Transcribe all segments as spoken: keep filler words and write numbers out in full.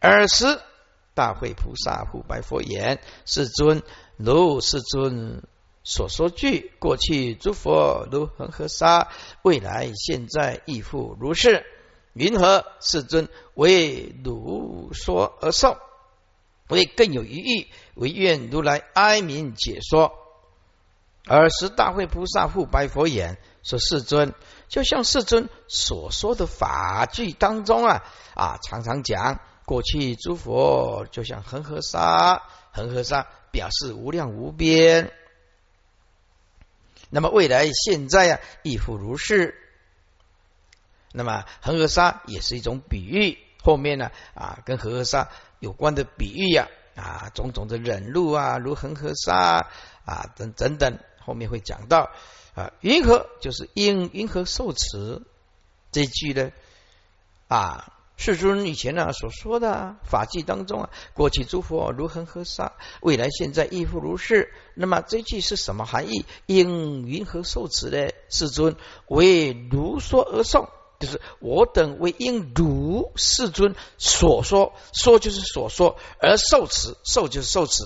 尔时大会菩萨复白佛言：世尊，如世尊所说句，过去诸佛如恒河沙，未来现在亦复如是。云何世尊为如说而受？为更有余欲，唯愿如来哀悯解说。尔时大会菩萨复白佛言：说世尊，就像世尊所说的法句当中啊啊，常常讲过去诸佛就像恒河沙，恒河沙表示无量无边。那么未来现在啊，亦复如是。那么恒河沙也是一种比喻，后面呢啊，跟恒河沙有关的比喻呀 啊, 啊，种种的忍辱啊，如恒河沙啊，等等等，后面会讲到啊。云何就是因云何受持这句呢啊，世尊以前呢所说的、啊、法句当中啊，过去诸佛如恒河沙，未来现在亦复如是。那么这句是什么含义？因云何受持呢？世尊为如说而受。就是我等为因如世尊所说，说就是所说，而受持，受就是受持，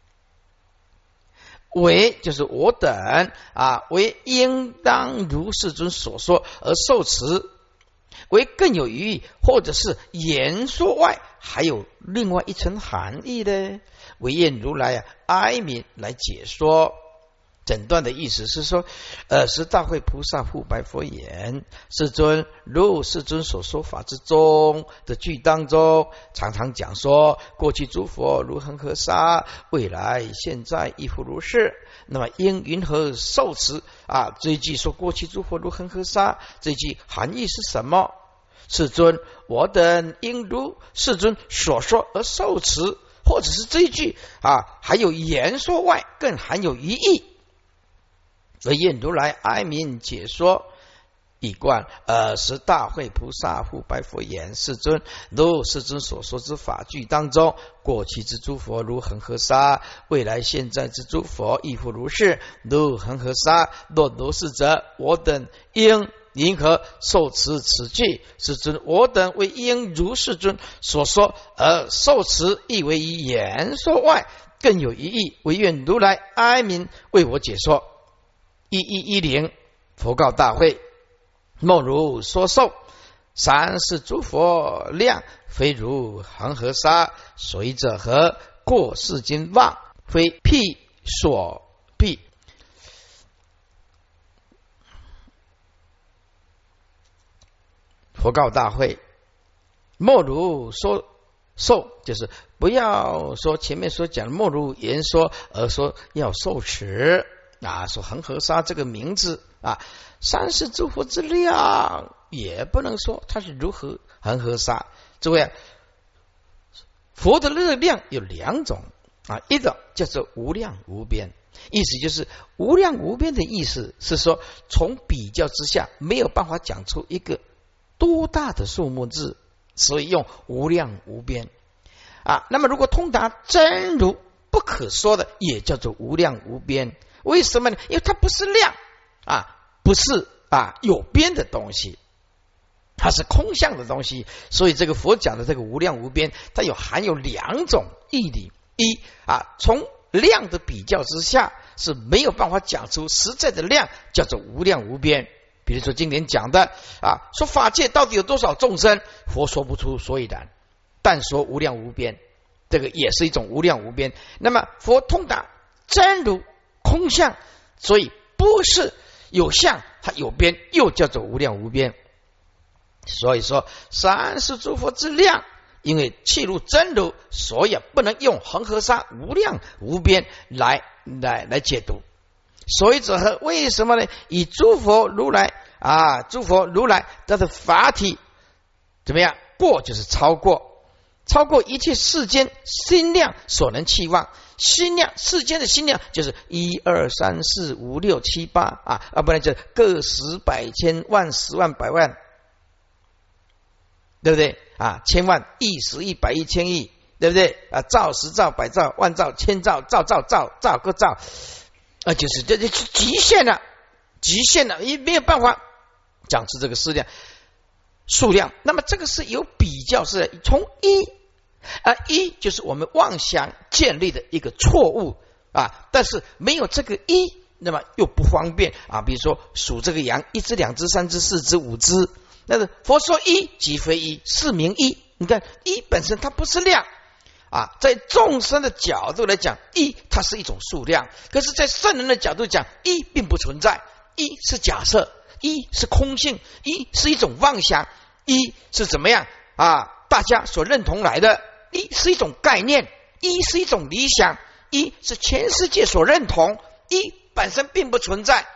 为就是我等啊，为应当如世尊所说而受持，为更有余义，或者是言说外还有另外一层含义呢？唯愿如来啊哀悯来解说。整段的意思是说，尔时大会菩萨复白佛言：世尊，如世尊所说法之中的句当中，常常讲说过去诸佛如恒河沙，未来现在亦复如是。那么因云何受持啊？这一句说过去诸佛如恒河沙，这一句含义是什么？世尊，我等应如世尊所说而受持，或者是这一句啊，还有言说外更含有余义。唯愿如来哀悯解说。以观尔时大会菩萨复白佛言：世尊，如世尊所说之法句当中，过去之诸佛如恒河沙，未来现在之诸佛亦复如是。如恒河沙，若如是者，我等应因何受持此句？世尊，我等为应如世尊所说而受持，亦为于言说外更有一义，唯愿如来哀悯为我解说。一一一零佛告大会：莫如说受，三世诸佛量，非如恒河沙。所以者何？过世间妄，非辟所辟。佛告大会：莫如说受，就是不要说前面所讲莫如言说，而说要受持啊，说恒河沙这个名字啊，三世诸佛之量也不能说它是如何恒河沙。诸位啊，佛的热量有两种啊，一种叫做无量无边，意思就是无量无边的意思是说，从比较之下没有办法讲出一个多大的数目字，所以用无量无边啊。那么如果通达真如不可说的，也叫做无量无边。为什么呢？因为它不是量啊，不是啊有边的东西，它是空相的东西。所以这个佛讲的这个无量无边，它有含有两种义理。一啊，从量的比较之下是没有办法讲出实在的量，叫做无量无边。比如说经典讲的啊，说法界到底有多少众生，佛说不出所以然，但说无量无边，这个也是一种无量无边。那么佛通达真如空相，所以不是有相，它有边，又叫做无量无边。所以说三世诸佛之量，因为契入真如，所以不能用恒河沙无量无边来来来解读。所以者何？为什么呢？以诸佛如来啊，诸佛如来他的法体怎么样？过就是超过，超过一切世间心量所能期望。心量，世间的心量就是一二三四五六七八啊啊，不然就个十百千万十万百万，对不对啊？千万亿十亿百亿千亿，对不对啊？兆十兆百兆万兆千兆兆兆兆兆个兆啊，就是这这极限了，极限了，也没有办法讲出这个数量数量。那么这个是有比较，是从一而一就是我们妄想建立的一个错误啊。但是没有这个一，那么又不方便啊。比如说数这个羊，一只、两只、三只、四只、五只，那个佛说一即非一，是名一。你看一本身它不是量啊，在众生的角度来讲，一它是一种数量，可是在圣人的角度讲，一并不存在，一是假设，一是空性，一是一种妄想，一是怎么样啊？大家所认同来的，一是一种概念，一是一种理想，一是全世界所认同，一本身并不存在。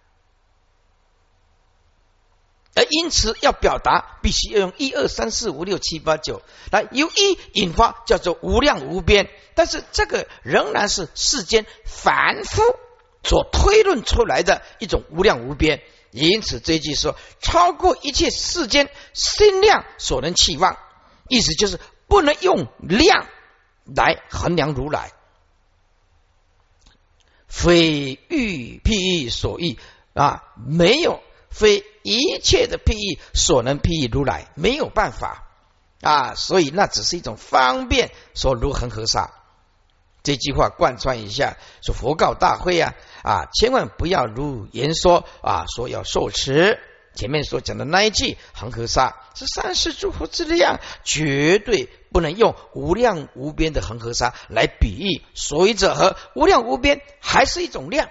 而因此要表达，必须要用一二三四五六七八九来由一引发，叫做无量无边。但是这个仍然是世间凡夫所推论出来的一种无量无边。因此这一句说，超过一切世间心量所能期望，意思就是不能用量来衡量如来，非欲譬喻所欲啊，没有非一切的譬喻所能譬喻如来，没有办法啊，所以那只是一种方便，说如恒河沙。这句话贯穿一下，说佛告大会啊啊，千万不要如言说啊，说要受持。前面所讲的那一句恒河沙是三世诸佛之量，绝对不能用无量无边的恒河沙来比喻。所以者和无量无边还是一种量，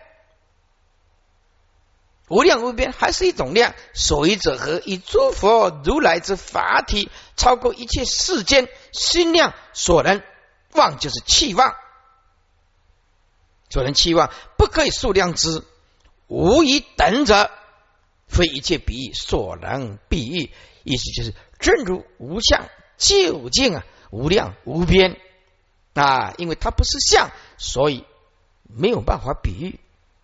无量无边还是一种量，所以者和以诸佛如来之法体，超过一切世间心量所能望，就是气望，所能期望，不可以数量之，无以等者，非一切比喻所能比喻。意思就是真如无相，究竟啊无量无边啊，因为它不是相，所以没有办法比喻。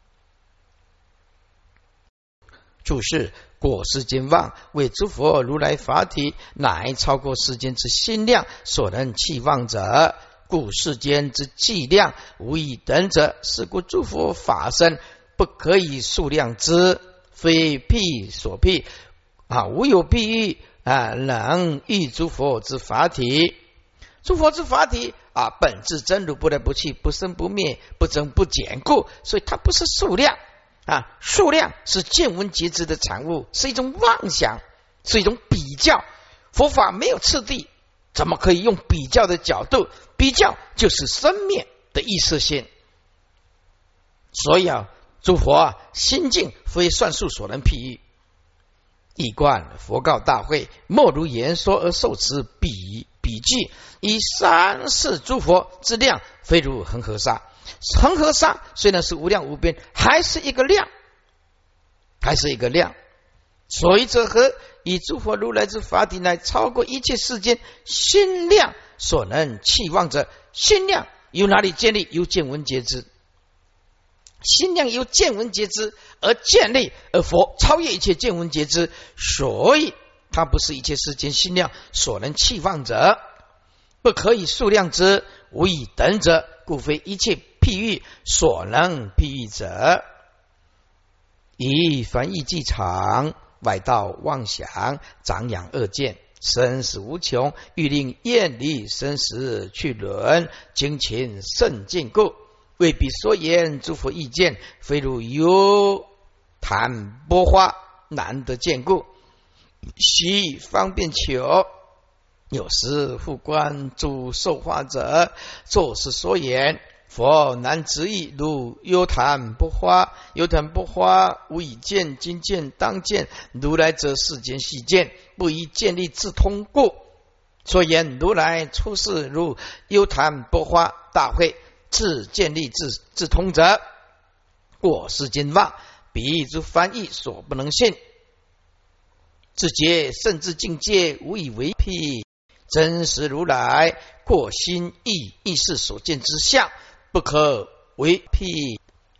注释：过世间望，为诸佛如来法体，乃超过世间之心量所能期望者，故世间之计量无以等者，是故诸佛法身不可以数量之，非譬所譬啊，无有譬喻啊，能喻诸佛之法体。诸佛之法体啊，本质真如，不来不去，不生不灭，不增不减故，所以它不是数量啊，数量是见闻觉知的产物，是一种妄想，是一种比较。佛法没有次第，怎么可以用比较的角度？比较就是生灭的意识性。所以啊，诸佛啊，心境非算数所能譬喻。一观佛告大会，莫如言说而受持比比句，以三世诸佛之量，非如恒河沙。恒河沙虽然是无量无边，还是一个量，还是一个量。所以者何？以诸佛如来之法体，乃超过一切世间心量所能期望者。心量由哪里建立？由见闻觉知。心量由见闻觉知而建立，而佛超越一切见闻觉知，所以它不是一切世间心量所能期望者，不可以数量之，无以等者，故非一切譬喻所能譬喻者。以凡义既常，外道妄想，长养恶见，生死无穷，欲令厌离生死去轮，精勤甚尽故，未必所言诸佛意见，非如幽檀波花，难得见故，须方便求。有时复观诸受化者，作是所言，佛难执意，如幽檀波花。幽檀波花，无以见，今见当见，如来则世间细见，不宜建立自通故。所言如来出世如幽檀波花大会，自建立自自通者，过世间望，比喻之翻译所不能信。自觉甚至境界，无以为譬。真实如来过心意意识所见之相，不可为譬。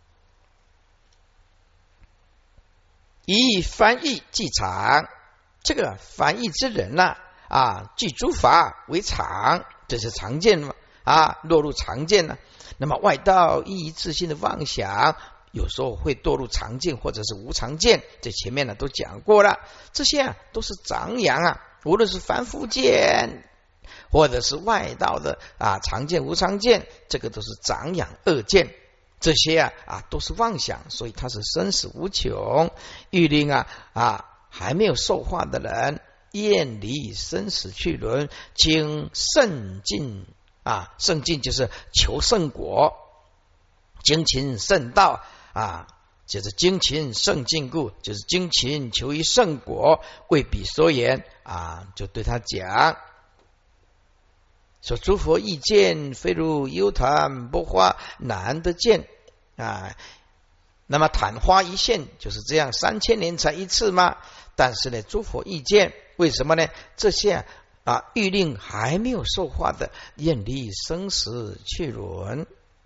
以翻译即常，这个翻译之人呢、啊，啊，据诸法为常，这是常见嘛啊，落入常见呢、啊。那么外道依于自性的妄想，有时候会堕入常见或者是无常见，这前面呢都讲过了，这些啊都是长养啊，无论是凡夫见或者是外道的啊常见无常见，这个都是长养恶见，这些啊啊都是妄想，所以它是生死无穷。欲令啊啊还没有受化的人，厌离生死趣轮，经圣进啊，圣进就是求圣果，精勤圣道啊，就是精勤圣进故，就是精勤求于圣果，为彼所言啊，就对他讲说：诸佛意见，非如幽昙波花难得见啊。那么昙花一现就是这样，三千年才一次嘛。但是呢，诸佛意见，为什么呢？这些啊欲令还没有受化的，厌离生死趣轮，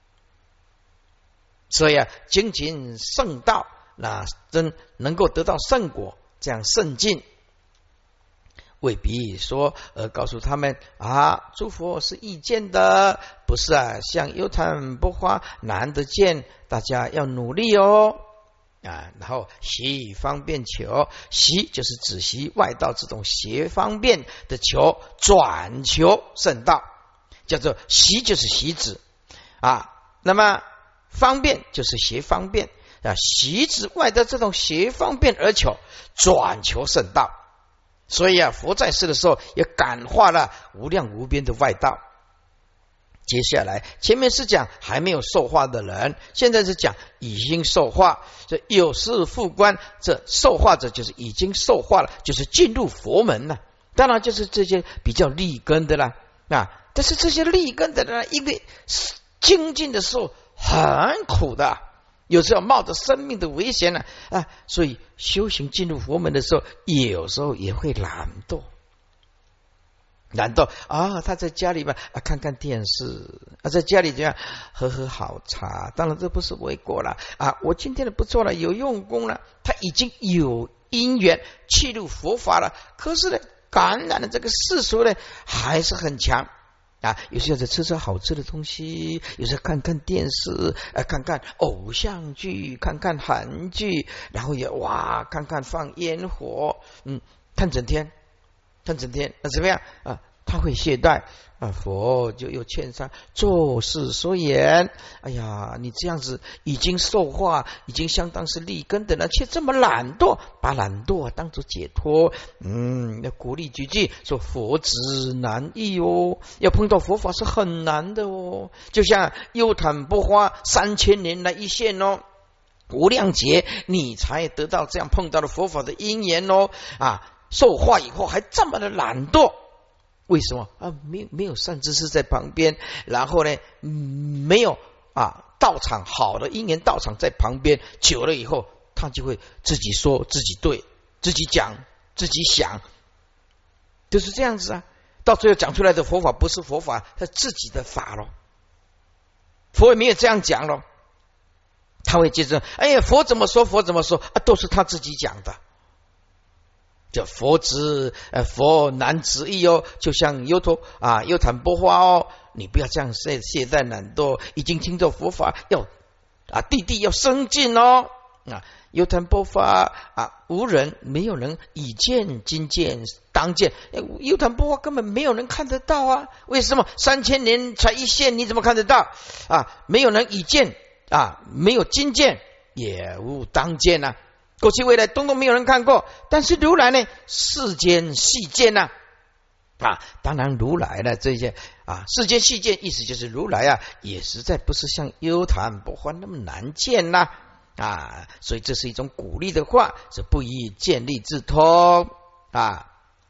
所以啊，精勤圣道，那真能够得到圣果，这样圣进。为彼说，呃，告诉他们啊，诸佛是意见的，不是啊，像幽昙波花难得见，大家要努力哦。啊，然后习方便求，习就是只习外道这种邪方便的求，转求圣道，叫做习就是习止啊。那么方便就是邪方便啊，习止外道这种邪方便而求，转求圣道。所以啊，佛在世的时候也感化了无量无边的外道。接下来前面是讲还没有受化的人，现在是讲已经受化，这有事复观，这受化者就是已经受化了，就是进入佛门了。当然就是这些比较立根的啦啊，但是这些立根的人，因为精进的时候很苦的，有时候冒着生命的危险呢 啊, 啊，所以修行进入佛门的时候，有时候也会懒惰。懒惰啊，他在家里边啊看看电视啊，在家里这样喝喝好茶，当然这不是为过了啊。我今天的不错了，有用功了，他已经有因缘契入佛法了，可是呢，感染的这个世俗呢还是很强啊。有时候在吃吃好吃的东西，有时候看看电视，啊，看看偶像剧，看看韩剧，然后也哇看看放烟火，嗯，看整天。看整天那怎么样啊？他会懈怠啊，佛就又劝他做事所言。哎呀，你这样子已经受化，已经相当是立根的了，却这么懒惰，把懒惰当作解脱。嗯，要鼓励几句，说佛之难易哦，要碰到佛法是很难的哦。就像幽昙波花三千年来一现哦。无量劫你才得到这样碰到了佛法的因缘哦啊。受化以后还这么的懒惰，为什么啊？没有没有善知识在旁边，然后呢，嗯、没有啊道场好的因缘道场在旁边，久了以后，他就会自己说自己对，自己讲自己想，就是这样子啊。到最后讲出来的佛法不是佛法，是自己的法咯。佛也没有这样讲咯，他会接着，哎呀，佛怎么说，佛怎么说啊，都是他自己讲的。叫佛之呃佛难执意哦，就像幽头啊幽昙波花哦，你不要这样懈懈怠懒惰，已经听着佛法要啊弟弟要生进哦啊幽昙波花啊无人没有人以见今见当见，幽昙波花根本没有人看得到啊，为什么三千年才一现，你怎么看得到啊？没有人以见啊，没有今见也无当见啊。过去未来通通没有人看过，但是如来呢，世间细见呐 啊, 啊，当然如来呢这些啊，世间细见意思就是如来啊，也实在不是像幽昙波花那么难见呐 啊, 啊，所以这是一种鼓励的话，是不宜见立自通啊。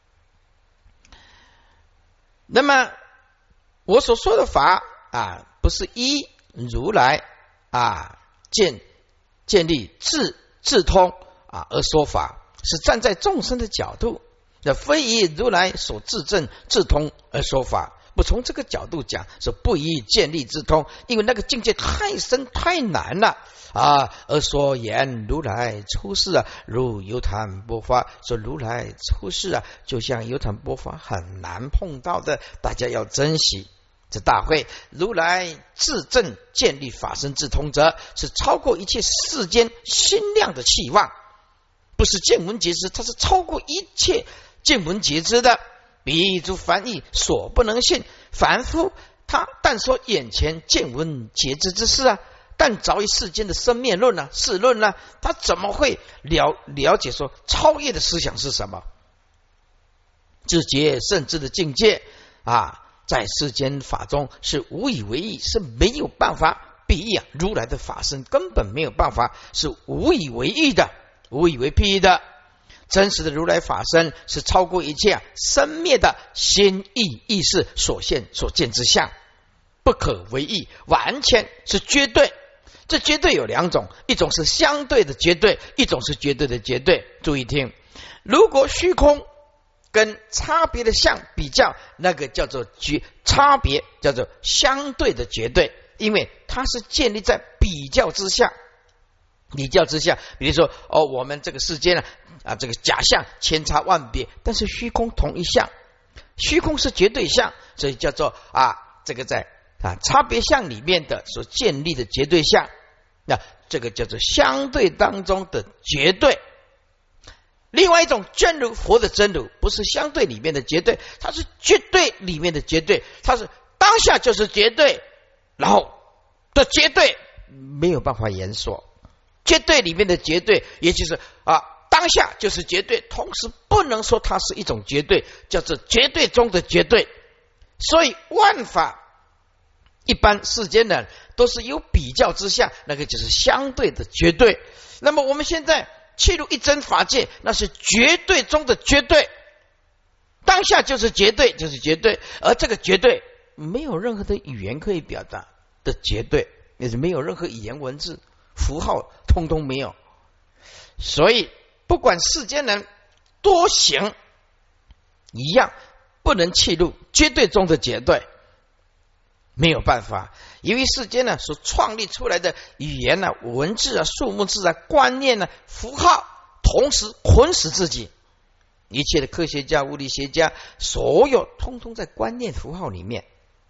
那么我所说的法啊，不是依如来啊见建立自自通啊而说法，是站在众生的角度，那非以如来所自证自通而说法。不从这个角度讲，是不宜建立自通，因为那个境界太深太难了啊。而说言如来出世啊，如幽昙波花，说如来出世啊，就像幽昙波花很难碰到的，大家要珍惜。这大会如来自证建立法身自通者，是超过一切世间心量的期望，不是见闻觉知，它是超过一切见闻觉知的。 彼诸凡意所不能信。凡夫他但说眼前见闻皆知之事啊，但着于世间的生灭论啊、世论啊，他怎么会了了解说超越的思想是什么？自觉圣智的境界啊，在世间法中是无以为意，是没有办法比喻啊。如来的法身根本没有办法是无以为意的，无以为譬喻的。真实的如来法身是超过一切啊生灭的心意意识所现所见之相，不可为意，完全是绝对。这绝对有两种，一种是相对的绝对，一种是绝对的绝对。注意听，如果虚空跟差别的相比较，那个叫做绝差别，叫做相对的绝对，因为它是建立在比较之下。比较之下，比如说哦，我们这个世间呢啊，这个假象千差万别，但是虚空同一相，虚空是绝对相，所以叫做啊，这个在啊差别相里面的所建立的绝对相，那这个叫做相对当中的绝对。另外一种真如，佛的真如不是相对里面的绝对，它是绝对里面的绝对，它是当下就是绝对，然后的绝对没有办法言说。绝对里面的绝对，也就是啊，当下就是绝对，同时不能说它是一种绝对，叫做绝对中的绝对。所以万法一般世间人都是有比较之下，那个就是相对的绝对。那么我们现在切入一真法界，那是绝对中的绝对，当下就是绝对，就是绝对，而这个绝对没有任何的语言可以表达的绝对，也是没有任何语言文字符号通通没有。所以不管世间人多行一样不能切入绝对中的绝对，没有办法。因为世间呢所创立出来的语言啊、文字啊、数目字啊、观念啊、符号，同时捆死自己。一切的科学家、物理学家，所有通通在观念符号里面。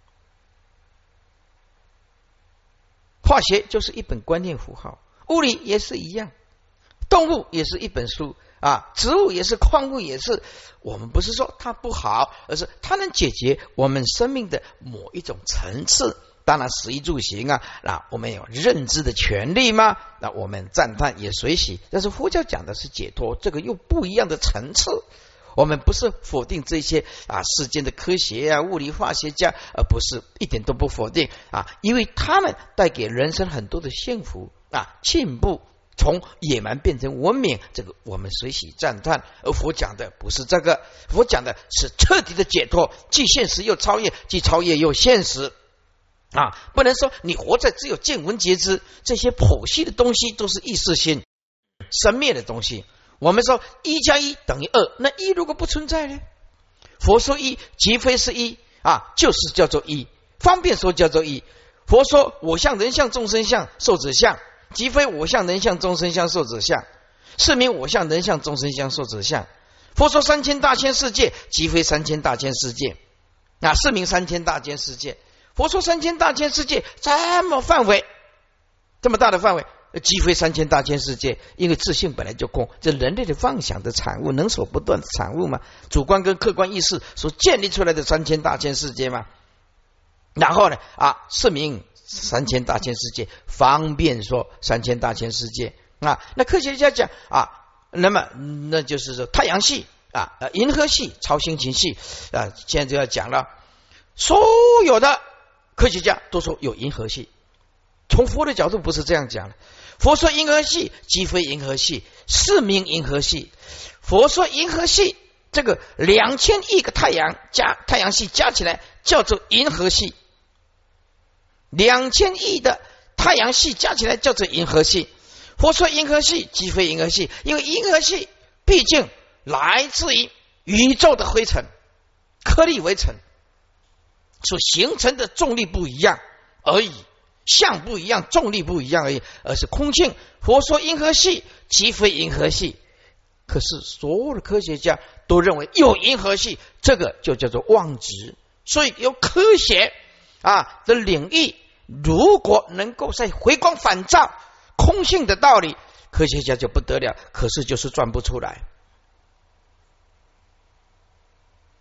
化学就是一本观念符号，物理也是一样，动物也是一本书啊，植物也是，矿物也是。我们不是说它不好，而是它能解决我们生命的某一种层次。当然食衣住行啊，那我们有认知的权利吗？那我们赞叹也随喜。但是佛教讲的是解脱，这个又不一样的层次。我们不是否定这些啊世间的科学啊、物理化学家，而不是一点都不否定啊，因为他们带给人生很多的幸福啊、进步，从野蛮变成文明，这个我们随喜赞叹。而佛讲的不是这个，佛讲的是彻底的解脱，既现实又超越，既超越又现实啊！不能说你活在只有见闻觉知，这些剖析的东西都是意识心生灭的东西。我们说一加一等于二，那一如果不存在呢？佛说一即非是一啊，就是叫做一，方便说叫做一。佛说我相、人相、众生相、寿者相，即非我相、人相、众生相、寿者相，是名我相、人相、众生相、寿者相。佛说三千大千世界，即非三千大千世界啊，是名三千大千世界。佛说三千大千世界这么范围，这么大的范围，即非三千大千世界，因为自性本来就空，这人类的妄想的产物，能所不断的产物嘛，主观跟客观意识所建立出来的三千大千世界嘛。然后呢啊，是名三千大千世界，方便说三千大千世界啊。那科学家讲啊，那么那就是说太阳系啊、银河系、超星群系啊，现在就要讲了，所有的科学家都说有银河系。从佛的角度不是这样讲的，佛说银河系即非银河系，是名银河系。佛说银河系这个两千亿个太阳加太阳系加起来叫做银河系，两千亿的太阳系加起来叫做银河系。佛说银河系即非银河系，因为银河系毕竟来自于宇宙的灰尘，颗粒为尘所形成的重力不一样而已，相不一样，重力不一样而已，而是空性。佛说银河系即非银河系，可是所有的科学家都认为有银河系，这个就叫做妄执。所以有科学啊的领域，如果能够在回光返照空性的道理，科学家就不得了，可是就是转不出来，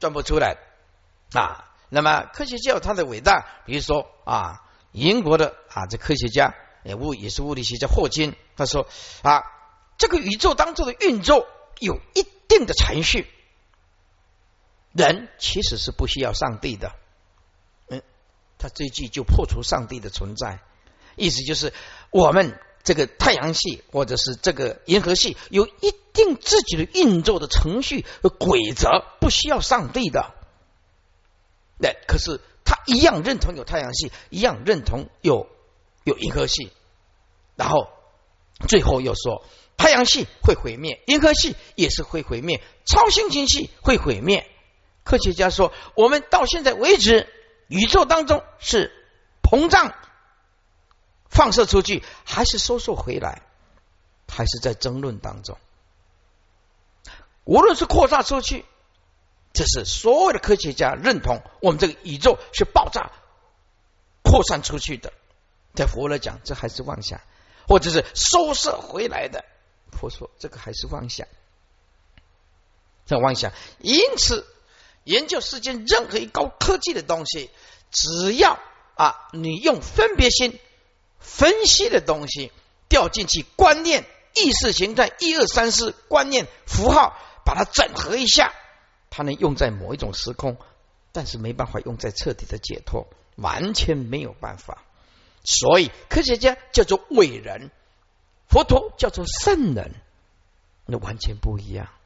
转不出来啊。那么科学家有它的伟大，比如说啊，英国的啊这科学家也物也是物理学家霍金，他说啊，这个宇宙当中的运作有一定的程序，人其实是不需要上帝的。嗯，他这一句就破除上帝的存在，意思就是我们这个太阳系或者是这个银河系有一定自己的运作的程序和规则，不需要上帝的。对，可是他一样认同有太阳系，一样认同有有银河系，然后最后又说太阳系会毁灭，银河系也是会毁灭，超新星系会毁灭。科学家说，我们到现在为止，宇宙当中是膨胀放射出去，还是收缩回来，还是在争论当中。无论是扩散出去，这是所有的科学家认同我们这个宇宙是爆炸扩散出去的，在佛来讲这还是妄想，或者是收摄回来的，佛说这个还是妄想，这妄想。因此研究世间任何一高科技的东西，只要啊你用分别心分析的东西掉进去，观念意识形态一二三四观念符号把它整合一下，它能用在某一种时空，但是没办法用在彻底的解脱，完全没有办法。所以科学家叫做伟人，佛陀叫做圣人，那完全不一样。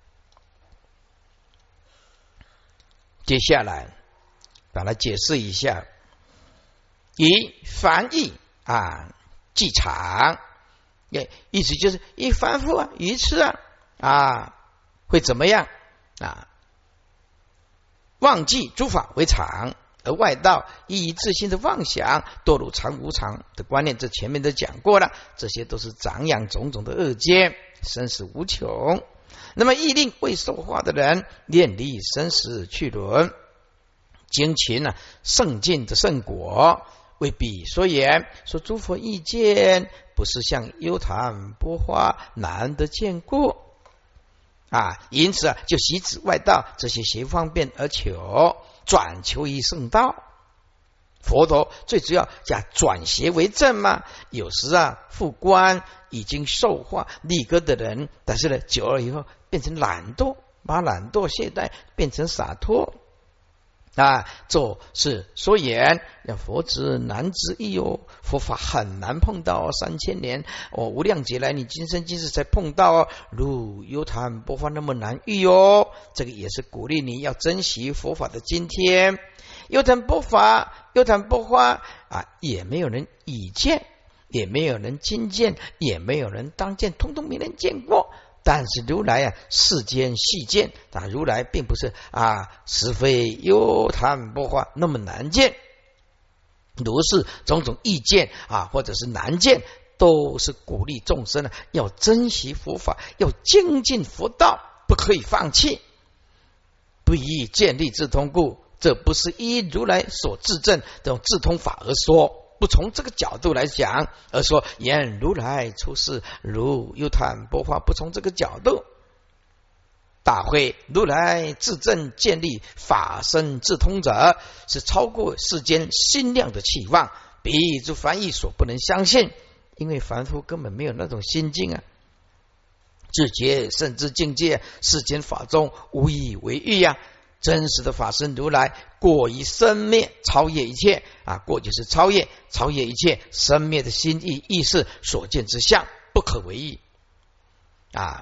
接下来把它解释一下，以凡义啊即常，意思就是以凡夫啊愚痴啊啊会怎么样啊？忘记诸法为常，而外道以自心的妄想堕入常无常的观念，这前面都讲过了，这些都是长养种种的恶见，生死无穷。那么亦令未受化的人念离生死趣轮，精勤啊圣境的圣果。为彼所言，说诸佛意见不是像幽檀波花难得见过啊，因此啊就习指外道这些邪方便而求，转求于圣道。佛陀最主要讲转邪为正嘛，有时啊复观已经受化立根的人，但是呢久了以后变成懒惰，把懒惰懈怠变成洒脱啊，这是说言要佛之难之意哦，佛法很难碰到三千年哦，无量劫来你今生今世才碰到哦，如幽檀波花那么难遇哦。这个也是鼓励你要珍惜佛法的今天。幽檀波法幽檀波花啊，也没有人已见，也没有人亲见，也没有人当见，通通没人见过。但是如来啊世间细见啊，如来并不是啊实非幽檀波花那么难见，如是种种意见啊或者是难见，都是鼓励众生呢、啊、要珍惜佛法，要精进佛道，不可以放弃。不以见立自通故，这不是依如来所自证这种自通法而说，不从这个角度来讲，而说言如来出世如幽檀波花，不从这个角度。大会如来自证建立法身自通者，是超过世间心量的期望，彼诸凡义所不能相信，因为凡夫根本没有那种心境啊。自觉甚至境界，世间法中无以为喻呀、啊。真实的法身如来过于生灭，超越一切啊！过就是超越，超越一切生灭的心意意识所见之相，不可为喻啊！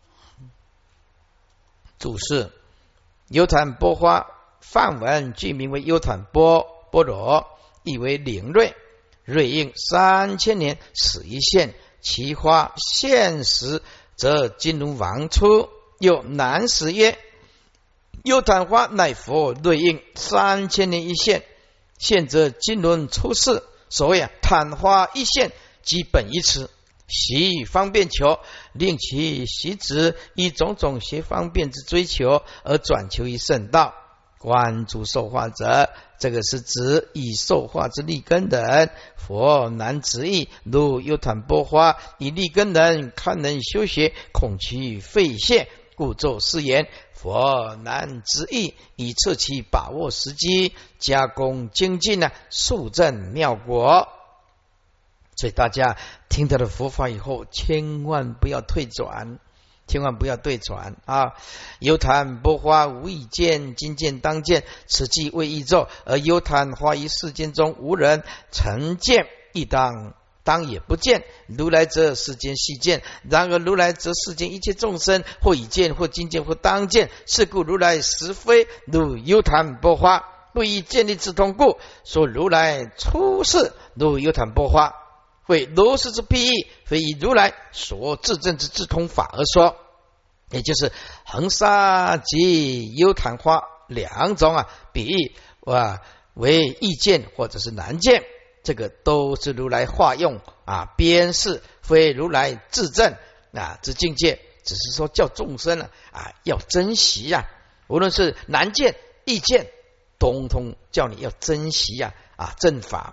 注释：幽檀波花，梵文具名为幽檀波波罗，意为灵瑞，瑞应三千年始一现，其花现时则金如王出。又南时曰：幽檀花乃佛瑞应三千年一现，现则金轮出世。所谓啊，昙花一现，即本一词，习方便求，令其习之以种种邪方便之追求，而转求于圣道。观诸受化者，这个是指以受化之利根人，佛难执意，如幽檀波花，以利根人堪能修学，恐其废谢， 故作是言，佛难知义，以测其把握时机，加工精进呢，速证妙果。所以大家听到了佛法以后，千万不要退转，千万不要对转啊！幽昙波花无以见，今见当见，此即为异咒。而幽昙花于世间中，无人曾见，亦当当也不见。如来则世间悉见，然而如来则世间一切众生，或已见，或今见，或当见。是故如来实非如幽昙波花，不以建立之通故，说如来出世如幽昙波花。为如是之譬喻，非以如来所自证之自通法而说，也就是恒沙及幽昙花两种啊比喻啊为易见或者是难见，这个都是如来化用啊边示，非如来自证啊之境界，只是说叫众生啊啊要珍惜啊，无论是难见易见，通通叫你要珍惜呀 啊, 啊正法。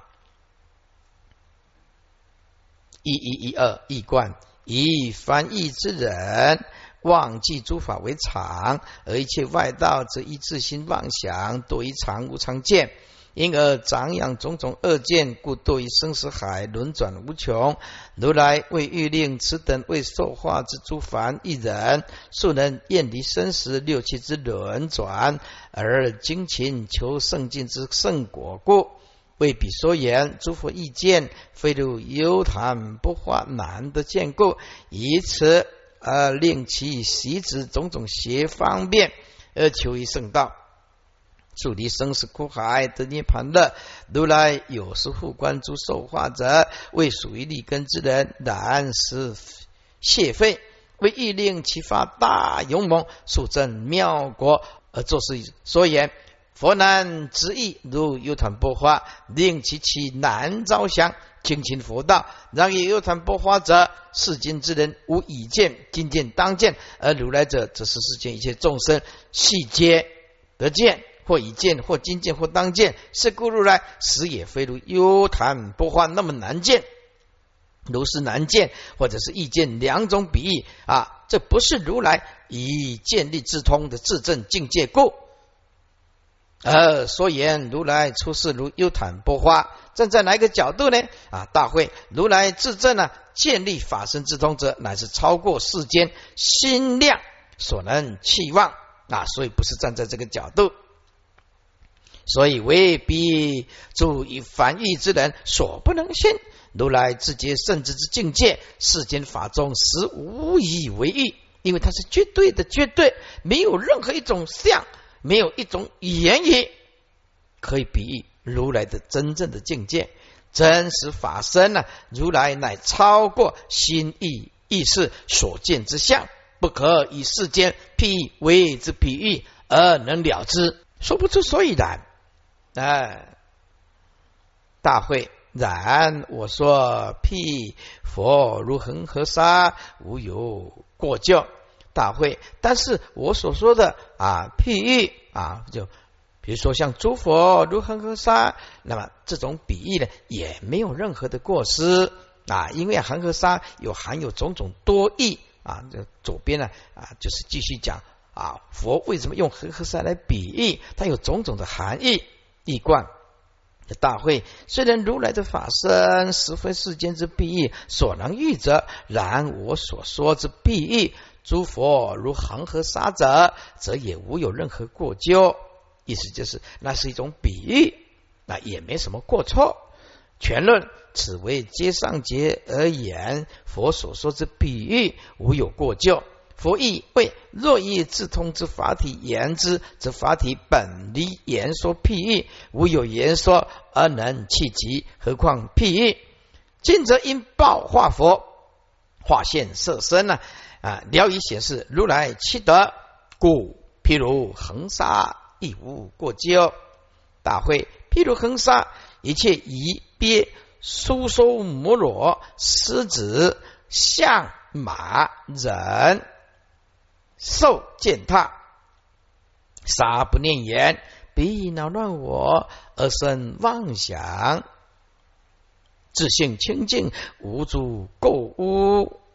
一一一二义观，以翻译之人忘记诸法为常，而一切外道则依自心妄想，多于常无常见，因而长养种种恶见，故堕于生死海，轮转无穷。如来为欲令此等未受化之诸凡一人，素能厌离生死六气之轮转，而精勤求圣境之圣果故。为彼说言，诸佛意见，非如幽昙波花难得见故，以此而令其习之种种邪方便，而求于圣道，处离生死苦海，得涅盘乐。如来有时复观诸受化者，为属于利根之人，然实谢废，为欲令其发大勇猛，速证妙果，而作是说言。佛难执意如幽昙波花，令其其难招降，精勤佛道。然以幽昙波花者，世间之人无已见、今见、当见，而如来者，则是世间一切众生悉皆得见，或已见，或今见，或当见。是故如来实也非如幽昙波花那么难见，如是难见，或者是易见两种比喻啊，这不是如来以建立自通的自证境界故。而说言如来出世如幽昙波花，站在哪一个角度呢？啊，大会如来自证啊，建立法身之通者，乃是超过世间心量所能期望啊，所以不是站在这个角度。所以为彼诸以凡欲之人所不能信，如来自觉圣智之境界，世间法中实无以为喻，因为它是绝对的绝对，没有任何一种相，没有一种言语可以比喻如来的真正的境界，真实法身呢、啊？如来乃超过心意意识所见之相，不可以世间譬喻为之比喻而能了之，说不出所以然。哎，大会然我说譬佛如恒河沙，无有过咎。大会，但是我所说的啊譬喻啊，就比如说像诸佛如恒河沙，那么这种比喻呢，也没有任何的过失啊，因为恒河沙有含有种种多义啊。这左边呢啊，就是继续讲啊，佛为什么用恒河沙来比喻，它有种种的含义义观。大会虽然如来的法身实非世间之譬喻所能喻者，然我所说之譬喻，诸佛如恒河沙者，则也无有任何过咎。意思就是那是一种比喻，那也没什么过错。全论此为皆上节而言，佛所说之比喻无有过咎。佛意为若以自通之法体言之，则法体本离言说譬喻，无有言说而能弃极，何况譬喻？今则因报化佛，化现色身呢、啊？啊，了以显示如来七德，故譬如恒沙亦无过咎。大会譬如恒沙，一切仪鳖、苏收摩罗、狮子、象、马、人、兽践踏，沙不念言，彼恼乱我而生妄想，自性清净，无诸垢污。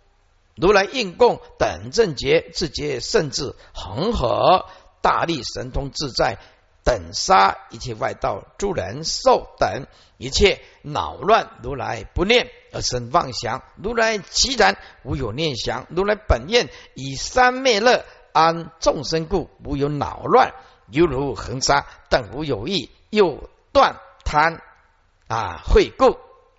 如来应供等正觉，自觉甚至恒河大力神通自在，等杀一切外道诸人兽等一切恼乱，如来不念而生妄想，如来其然无有念想，如来本愿以三昧乐安众生故，无有恼乱，犹如恒沙等无有益，又断贪啊秽故。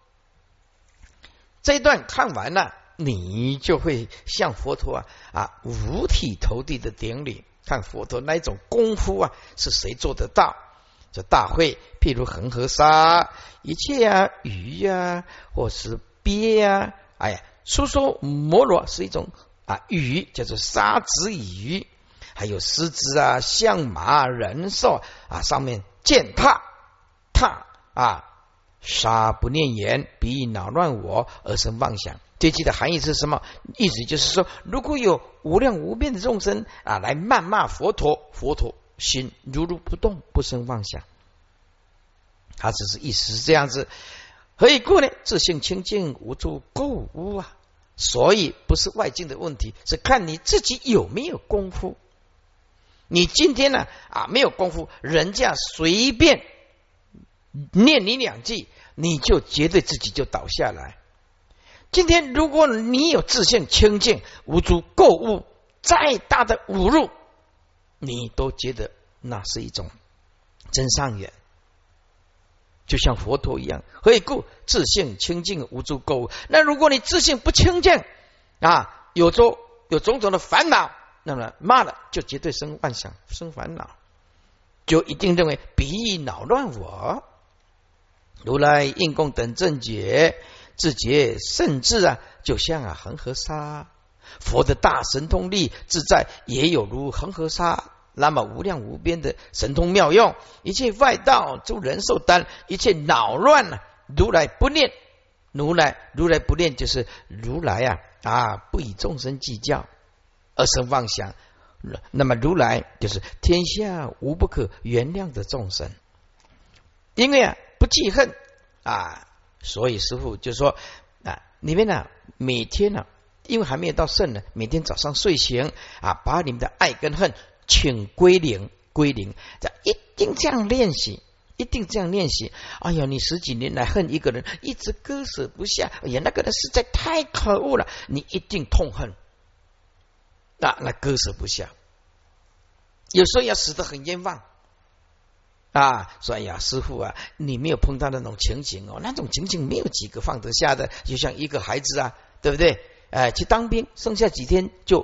这一段看完了，你就会向佛陀啊啊五体投地的顶礼，看佛陀那一种功夫啊，是谁做得到？这大会，譬如恒河沙，一切啊鱼啊，或是鳖啊，哎呀，说说摩罗是一种啊鱼，叫做沙子鱼，还有狮子啊、象马、人兽啊，上面践踏踏啊。杀不念言，彼以恼乱我而生妄想。这句的含义是什么？意思就是说，如果有无量无边的众生啊来谩骂佛陀，佛陀心如如不动，不生妄想。他只是意思是这样子。何以故呢？自性清净，无诸垢污啊。所以不是外境的问题，是看你自己有没有功夫。你今天呢啊没有功夫，人家随便念你两句，你就绝对自己就倒下来。今天如果你有自性清净，无诸垢污，再大的侮辱，你都觉得那是一种真上缘，就像佛陀一样。何以故？自性清净，无诸垢污。那如果你自性不清净啊，有种有种种的烦恼，那么骂了就绝对生妄想，生烦恼，就一定认为彼以恼乱我。如来应供等正觉，自觉甚至啊，就像啊恒河沙，佛的大神通力自在，也有如恒河沙那么无量无边的神通妙用，一切外道诸人受单，一切恼乱啊，如来不念，如来如来不念，就是如来啊啊不以众生计较而生妄想。那么如来就是天下无不可原谅的众生，因为啊不记恨啊，所以师父就说啊，你们呢、啊、每天呢、啊，因为还没有到圣呢，每天早上睡醒啊，把你们的爱跟恨请归零，归零，这一定这样练习，一定这样练习。哎呀，你十几年来恨一个人，一直割舍不下，哎呀，那个人实在太可恶了，你一定痛恨，啊，那割舍不下，有时候要死得很冤枉。啊，所以呀，师父啊，你没有碰到那种情形哦，那种情形没有几个放得下的，就像一个孩子啊，对不对？哎、呃，去当兵，剩下几天就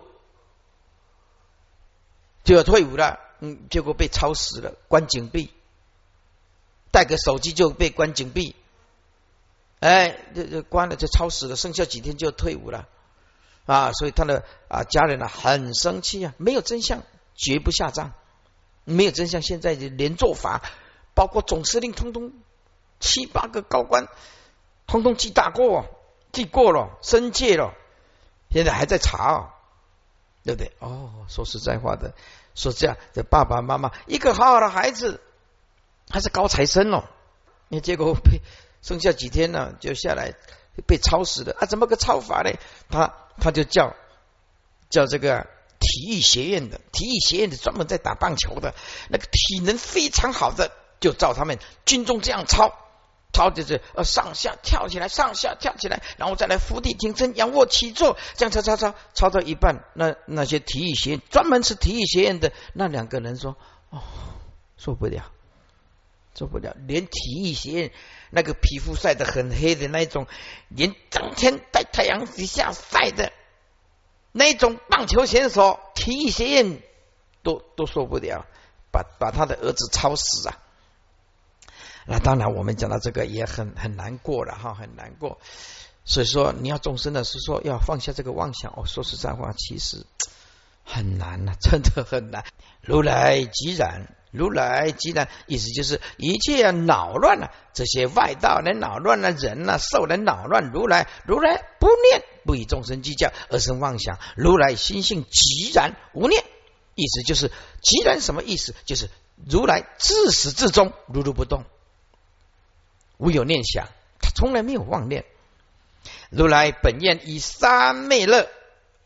就要退伍了，嗯，结果被抄死了，关禁闭，带个手机就被关禁闭，哎，这这关了就抄死了，剩下几天就退伍了啊，所以他的啊家人啊很生气啊，没有真相，绝不下葬。没有真相，现在的连坐法，包括总司令，通通七八个高官，通通记大过，记过了，申诫了，现在还在查、哦，对不对？哦，说实在话的，说这样的爸爸妈妈，一个好好的孩子，他是高材生哦，那结果被剩下几天呢，就下来被抄死了啊！怎么个抄法呢？他他就叫叫这个。体育学院的体育学院的专门在打棒球的那个体能非常好的，就照他们军中这样抄，抄就是呃上下跳起来，上下跳起来，然后再来伏地挺身、仰卧起坐，这样抄抄抄抄到一半，那那些体育学院专门是体育学院的那两个人说：“哦，受不了，受不了！连体育学院那个皮肤晒得很黑的那种，连整天在太阳底下晒的。”那种棒球选手，体育学院都都受不了，把把他的儿子抄死啊！那当然，我们讲到这个也很很难过了哈，很难过。所以说，你要众生的是说要放下这个妄想哦。说实在话，其实很难呐、啊，真的很难。如来即然，如来即然，意思就是一切恼乱了、啊，这些外道能恼乱了、啊、人啊，受人恼乱，如来如来不念。不以众生计较而生妄想，如来心性寂然无念，意思就是寂然什么意思？就是如来自始至终如如不动，无有念想，他从来没有妄念。如来本愿以三昧乐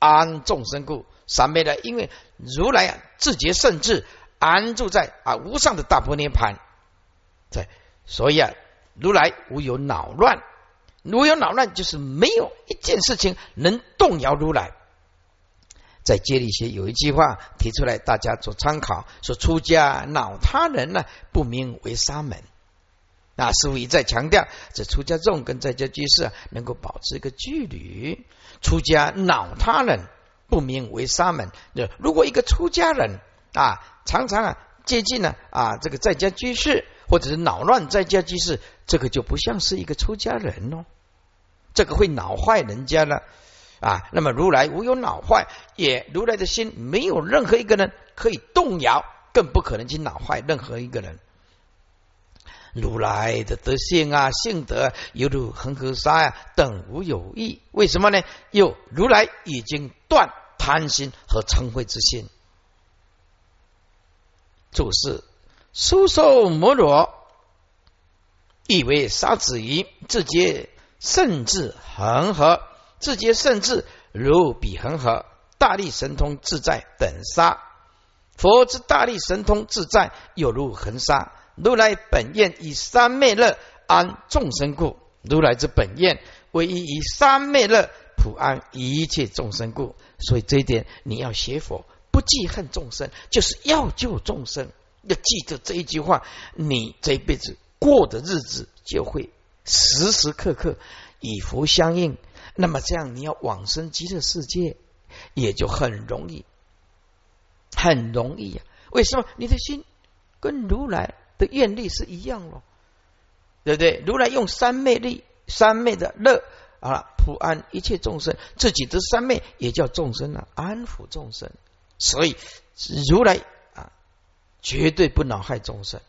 安众生故。三昧的，因为如来啊自觉圣智，安住在啊无上的大般涅盘，对，所以啊如来无有恼乱，无有恼乱就是没有一件事情能动摇如来。在戒律学有一句话提出来，大家做参考，说出家恼他人呢，不名为沙门。啊，师父一再强调，这出家众跟在家居士、啊、能够保持一个距离。出家恼他人，不名为沙门。如果一个出家人啊，常常啊接近呢 啊, 啊这个在家居士，或者是恼乱在家居士，这个就不像是一个出家人哦，这个会恼坏人家了啊。那么如来无有恼坏，也如来的心没有任何一个人可以动摇，更不可能去恼坏任何一个人。如来的德性啊，性德犹如恒河沙呀、啊，等无有异。为什么呢？又如来已经断贪心和嗔恚之心。注释：殊受摩罗，意为沙子仪，自觉甚至恒河，自觉甚至如彼恒河，大力神通自在等沙。佛之大力神通自在，有如恒沙。如来本愿以三昧乐安众生故，如来之本愿唯一以三昧乐普安一切众生故。所以这一点你要学佛，不记恨众生，就是要救众生。要记得这一句话，你这一辈子过的日子就会时时刻刻与佛相应。那么这样你要往生极乐世界也就很容易，很容易啊！为什么？你的心跟如来的愿力是一样咯，对不对？如来用三昧力，三昧的乐啊，普安一切众生，自己的三昧也叫众生啊，安抚众生。所以如来啊，绝对不恼害众生，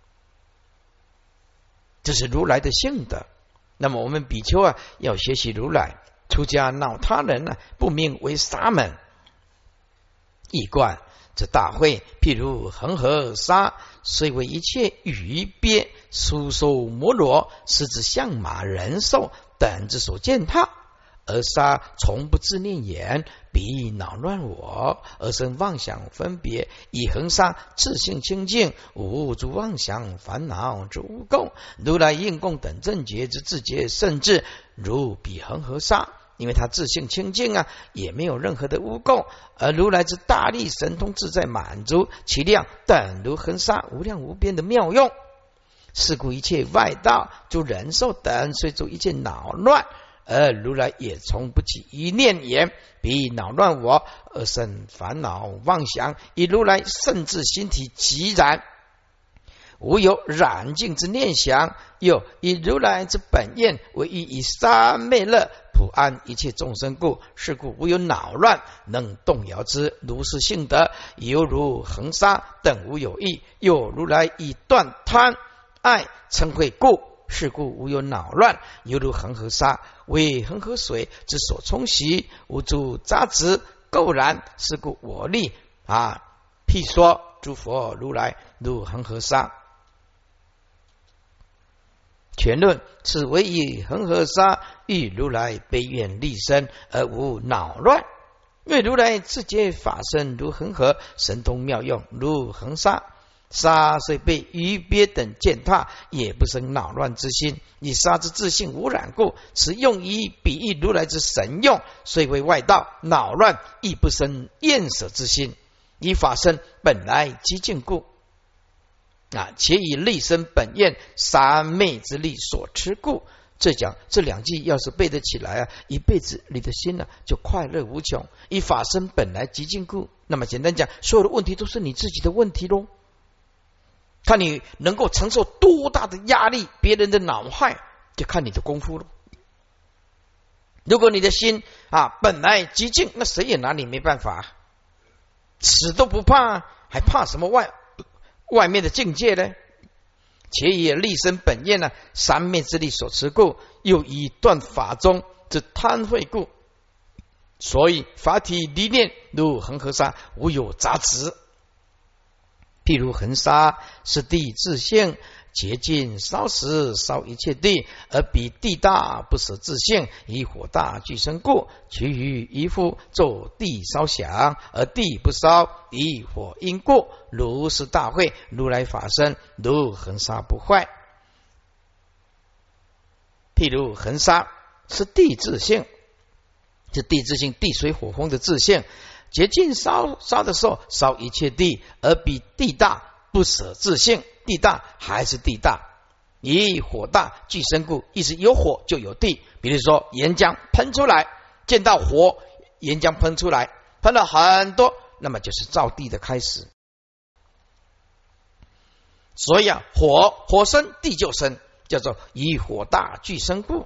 这是如来的性德。那么我们比丘啊，要学习如来，出家恼他人呢、啊，不名为沙门。一观这大会，譬如恒河沙，虽为一切鱼鳖、苏受摩罗，是指象马、人兽等之所践踏，而沙从不自念言，彼恼乱我，而生妄想分别，以恒沙自性清净，无诸妄想烦恼之污垢。如来应供等正觉之自觉甚至如彼恒河沙。因为他自性清净啊，也没有任何的污垢，而如来之大力神通自在满足，其量等如恒沙无量无边的妙用。是故一切外道诸人兽等虽诸一切恼乱，而如来也从不起一念言，彼恼乱我而生烦恼妄想，以如来甚至心体极然，无有染净之念想，又以如来之本愿为意，以三昧乐普安一切众生故。是故无有恼乱能动摇之。如是性德犹如恒沙等无有异，又如来以断贪爱嗔恚故。是故无有恼乱，犹如恒河沙，为恒河水之所冲洗，无诸杂质垢染。是故我立啊，譬说诸佛如来如恒河沙。全论此为以恒河沙欲如来悲愿立身而无恼乱，因为如来自觉法身如恒河，神通妙用如恒沙。沙虽被鱼鳖等践踏，也不生恼乱之心，以沙之自性无染故。此用以比喻如来之神用，虽为外道，恼乱亦不生厌舍之心，以法身本来极净故。啊，且以立身本愿三昧之力所持故。这讲这两句要是背得起来啊，一辈子你的心呢、啊、就快乐无穷。以法身本来极净故，那么简单讲，所有的问题都是你自己的问题咯。看你能够承受多大的压力，别人的恼害，就看你的功夫咯。如果你的心啊本来极净，那谁也拿你没办法，死都不怕，还怕什么外？外面的境界呢？且以立身本愿呢、啊，三昧之力所持故，又以断法中之贪恚故，所以法体离念如恒河沙，无有杂质。譬如恒沙是地自性， 竭尽烧时，烧一切地，而彼地大不舍自性，以火大俱生故。其余一复奏地烧响，而地不烧，以火因故。如是大会，如来法身，如恒沙不坏。譬如恒沙是地自性，是地自性，地水火风的自性。竭尽烧烧的时候，烧一切地，而比地大不舍自性，地大还是地大，以火大俱生故。意思有火就有地。比如说岩浆喷出来，见到火，岩浆喷出来，喷了很多，那么就是造地的开始。所以啊，火火生，地就生，叫做以火大俱生故。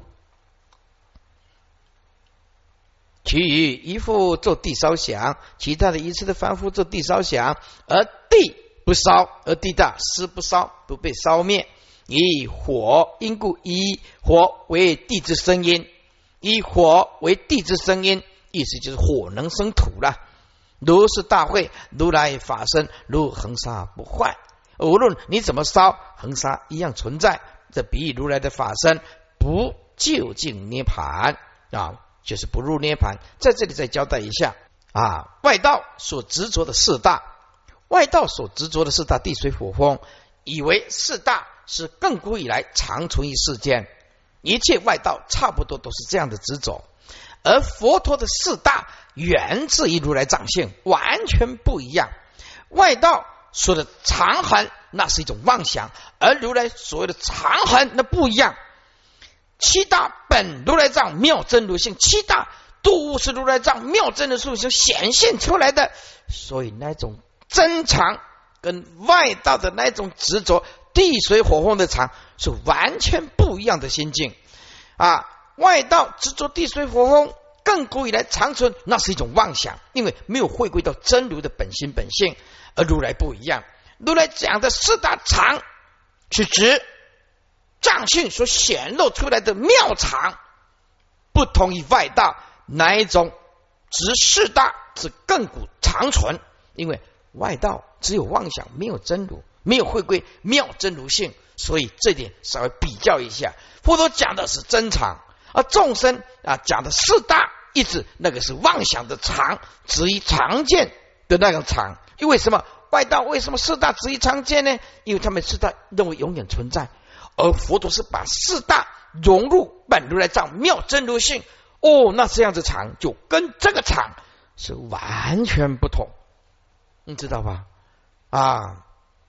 其余一复做地烧响，其他的一次的凡夫做地烧响，而地不烧，而地大湿不烧，不被烧灭。以火因故，以火为地之生因，以火为地之生因，意思就是火能生土了。如是大会，如来法身，如恒沙不坏。无论你怎么烧，恒沙一样存在。这比喻如来的法身不究竟涅盘啊，就是不入涅盘。在这里再交代一下啊，外道所执着的四大，外道所执着的四大地水火风，以为四大是亘古以来常存于世间，一切外道差不多都是这样的执着。而佛陀的四大源自于如来藏性，完全不一样。外道说的常恒，那是一种妄想，而如来所谓的常恒那不一样。七大本如来藏妙真如性，七大都是如来藏妙真的属性显现出来的，所以那种真常跟外道的那种执着地水火风的常是完全不一样的心境啊！外道执着地水火风，亘古以来长存，那是一种妄想，因为没有回归到真如的本心本性。而如来不一样，如来讲的四大常是指藏性所显露出来的妙常，不同于外道哪一种执四大是亘古长存，因为外道只有妄想，没有真如，没有回归妙真如性，所以这点稍微比较一下。佛陀讲的是真常，而众生啊讲的四大一直那个是妄想的常，执于常见的那种常。因为什么？外道为什么四大执于常见呢？因为他们四大认为永远存在，而佛陀是把四大融入本如来藏妙真如性。哦，那这样子常就跟这个常是完全不同，你知道吧？啊，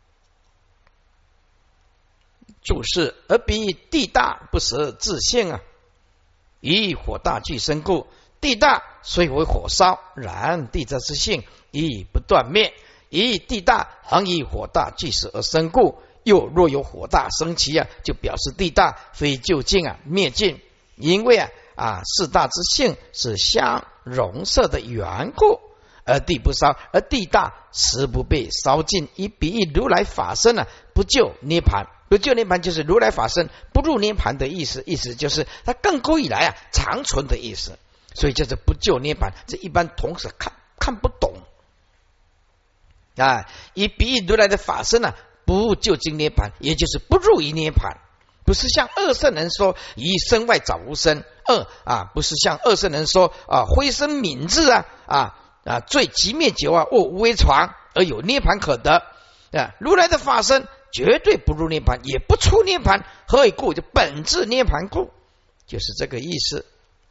注释而比地大不舍自性啊，以火大俱生故。地大虽为火烧，然地大之性亦不断灭。以地大恒以火大俱始而生故。又若有火大生起啊，就表示地大非究竟啊灭尽。因为啊啊四大之性是相融摄的缘故，而地不烧，而地大实不被烧尽。以比喻如来法身啊，不就涅盘。不就涅盘就是如来法身不入涅盘的意思，意思就是它亘古以来啊长存的意思，所以叫做不就涅盘。这一般同学看看不懂啊。以比喻如来的法身啊，不就近涅盘，也就是不入于涅盘。不是像二圣人说以身外早无身，二啊不是像二圣人说啊灰身泯智啊啊啊罪极灭久啊卧无为床而有涅盘可得啊。如来的法身绝对不入涅盘，也不出涅盘。何以故？就本质涅盘故，就是这个意思。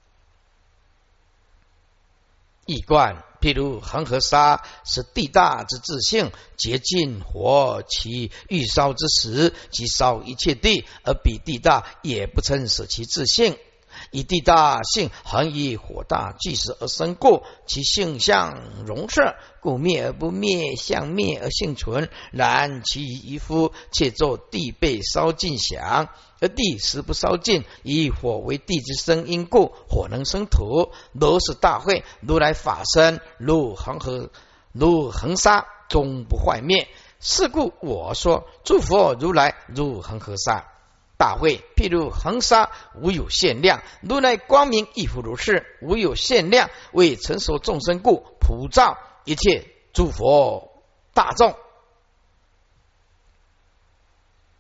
一观譬如恒河沙是地大之自性，竭尽火其欲烧之时，即烧一切地，而比地大也不称舍其自性。以地大性恒以火大俱始而生故，其性相融摄，故灭而不灭，相灭而性存。然其一夫且作地被烧尽响，而地实不烧尽，以火为地之生因故，火能生土。如是大会，如来法身如恒河，如恒沙，终不坏灭。是故我说诸佛如来如恒河沙。大会譬如恒沙无有限量，如来光明亦复如是，无有限量，为成熟众生故，普照一切诸佛大众。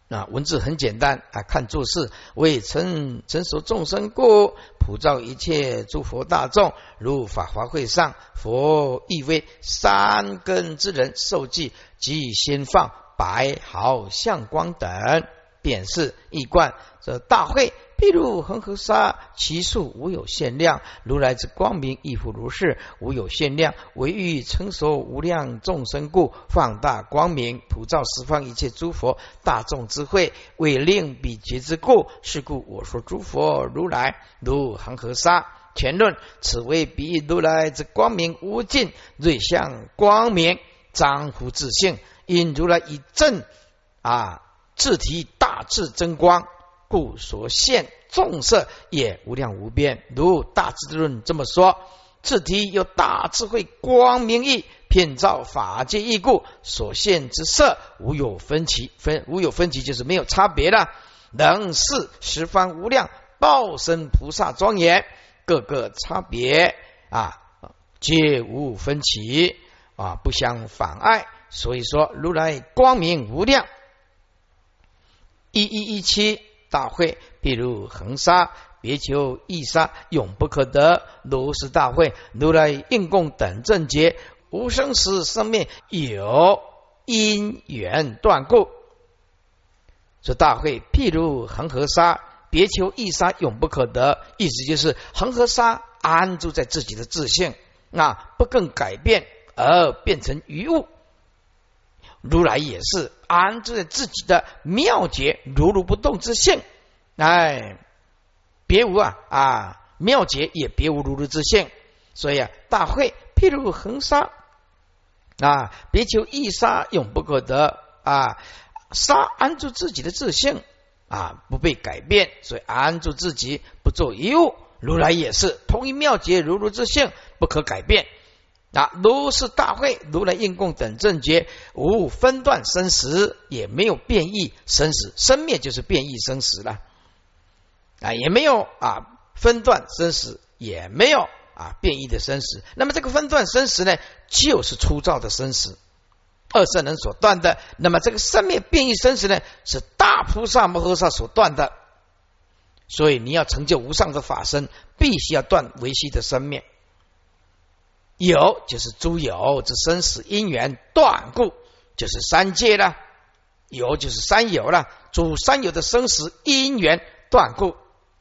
啊，文字很简单啊，看注释，为成成熟众生故，普照一切诸佛大众，如法华会上，佛亦为三根之人受记及先放白毫相光等，便是一观。这大会譬如恒河沙，其数无有限量，如来之光明亦复如是，无有限量，唯欲成熟无量众生故，放大光明，普照十方一切诸佛大众智慧，为令彼觉之故。是故我说诸佛如来如恒河沙。前论此为比喻如来之光明无尽，瑞相光明，彰乎自性，因如来以正啊自体大智真光，故所现众色也无量无边。如大智论这么说，自体有大智慧光明义，遍照法界义故，所现之色无有分歧，分无有分歧就是没有差别了。能是十方无量报身菩萨庄严，各个差别啊，皆无分歧啊，不相妨碍。所以说如来光明无量。一一一七大会譬如恒沙，别求异沙，永不可得。如是大会，如来应供等正觉，无生死生灭有因缘断故。这大会譬如恒河沙，别求异沙，永不可得。意思就是恒河沙安住在自己的自性，啊，不更改变而变成余物。如来也是安住在自己的妙觉如如不动之性，哎，别无啊啊妙觉也别无如如之性。所以啊，大会譬如恒沙啊，别求异沙，永不可得啊。沙安住自己的自性啊，不被改变，所以安住自己不作一物。如来也是同一妙觉如如之性，不可改变。啊，如是大会，如来应供等正觉，无分段生死，也没有变异生死，生灭就是变异生死了啊，也没有啊分段生死，也没有啊变异的生死。那么这个分段生死呢，就是粗糙的生死，二圣人所断的。那么这个生灭变异生死呢，是大菩萨摩诃萨所断的。所以你要成就无上的法身，必须要断维系的生灭。有就是诸有之生死因缘断故，就是三界了。有就是三有了，诸三有的生死因缘断故。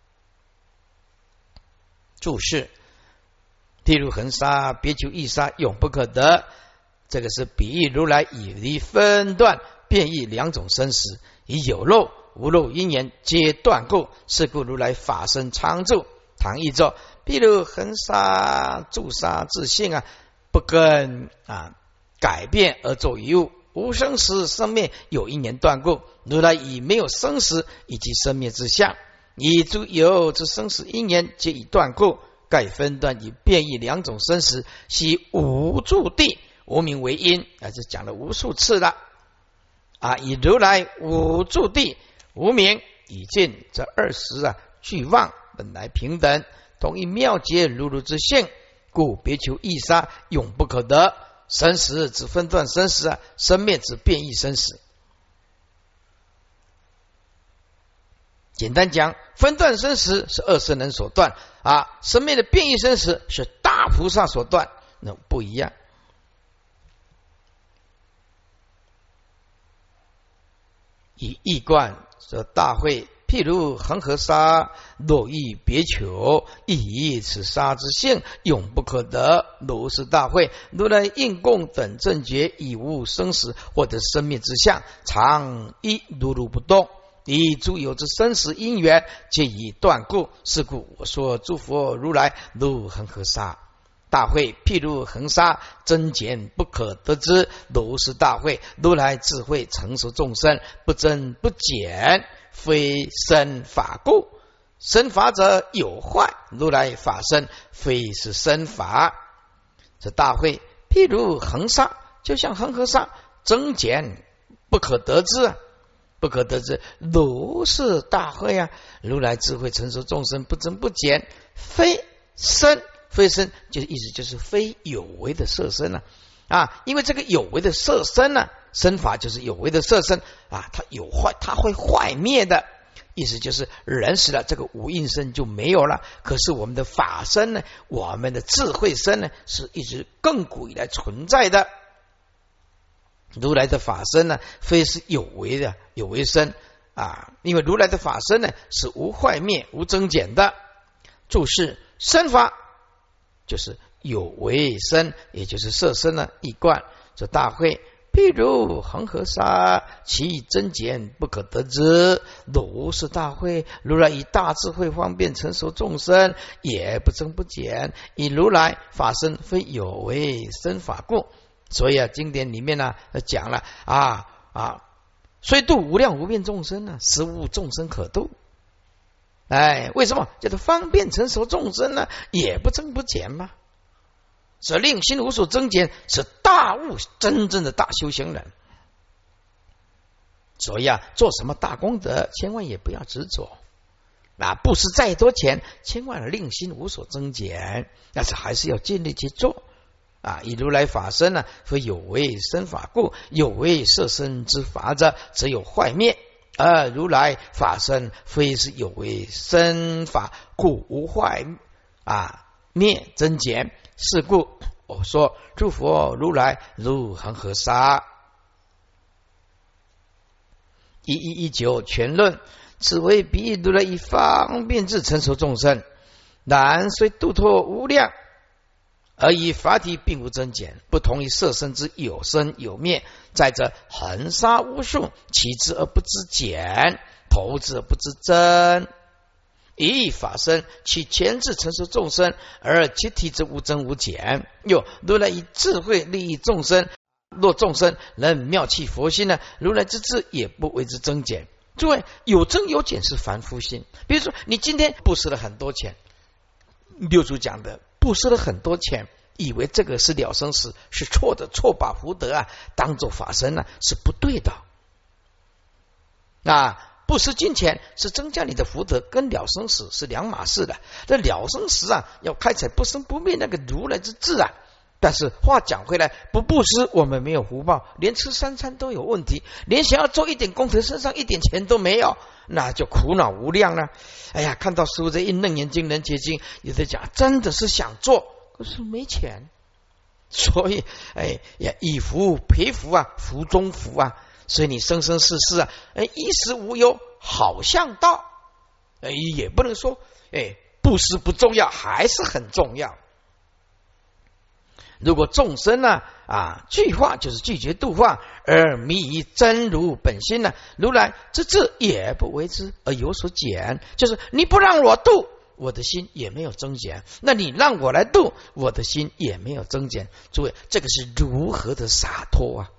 注释：譬如恒沙，别求异沙，永不可得。这个是比喻如来以离分段变异两种生死，以有漏无漏因缘皆断故。是故如来法身常住。唐译作：譬如恒沙住沙自性啊，不跟啊改变而作一物，无生死生灭有因缘断故。如来以没有生死以及生灭之相，以诸有之生死因缘皆已断故。盖分段以变异两种生死，系无住地无名为因啊，这讲了无数次了啊。以如来无住地无名以尽这二十啊俱妄本来平等，同一妙觉如如之性，故别求异沙，永不可得。生死只分段生死啊，生灭只变异生死。简单讲，分段生死是二圣人所断啊，生灭的变异生死是大菩萨所断，那不一样。以义观说大会。譬如恒河沙，若欲别求，亦以此沙之性，永不可得。如是大会，如来应供等正觉，以无生死或者生灭之相，常一如如不动。以诸有之生死因缘，皆已断故。是故我说诸佛如来如恒河沙。大会譬如恒沙，增减不可得之。如是大会，如来智慧成熟众生，不增不减，非生法故。生法者有坏，如来法身非是生法。这大会譬如恒沙，就像恒河沙，增减不可得之，不可得之。如是大会啊，如来智慧成熟众生，不增不减，非生。非身就是意思就是非有为的色身啊啊，因为这个有为的色身呢，身法就是有为的色身啊，它有坏，它会坏灭的。意思就是人死了，这个无印身就没有了。可是我们的法身呢，我们的智慧身呢，是一直亘古以来存在的。如来的法身呢，非是有为的有为身啊，因为如来的法身呢，是无坏灭、无增减的。注释身法就是有为身，也就是色身呢，一贯这大会。譬如恒河沙，其增减不可得知。如是大会，如来以大智慧方便成熟众生，也不增不减。以如来法身非有为身法故。所以啊，经典里面呢、啊、讲了啊啊，虽度无量无边众生呢、啊，实无众生可度。哎，为什么叫做方便成熟众生呢？也不增不减嘛。则令心无所增减，是大悟真正的大修行人。所以啊，做什么大功德，千万也不要执着啊！布施再多钱，千万令心无所增减，但是还是要尽力去做啊！以如来法身呢，非有为身法故，有为色身之法者，只有坏灭；而如来法身非是有为身法故，无坏啊灭增减。是故我说诸佛如来如恒河沙。一一一九全论，此为比喻如来以方便智成熟众生，然虽度脱无量，而以法体并无增减，不同于色身之有生有灭。再者恒沙无数，其之而不知减，投之而不知增。以法身，其前智成熟众生，而其体之无增无减。又如来以智慧利益众生，若众生能妙器佛心呢，如来之智也不为之增减。诸位，有增有减是凡夫心。比如说，你今天布施了很多钱，六祖讲的布施了很多钱，以为这个是了生死，是错的，错把福德啊当做法身呢、啊，是不对的。啊。布施金钱是增加你的福德，跟了生死是两码事的。这了生死啊，要开采不生不灭那个如来之智啊。但是话讲回来，不布施我们没有福报，连吃三餐都有问题，连想要做一点功德，身上一点钱都没有，那就苦恼无量了。哎呀，看到师父这一楞严经、人结经，有的讲真的是想做，可是没钱，所以哎呀，以福培福啊，福中福啊。所以你生生世世啊，哎，衣食无忧，好向道。哎，也不能说，哎，布施不重要，还是很重要。如果众生呢，啊，具化就是拒绝度化，而迷于真如本心呢，如来之智也不为之而有所减。就是你不让我度，我的心也没有增减；那你让我来度，我的心也没有增减。诸位，这个是如何的洒脱啊！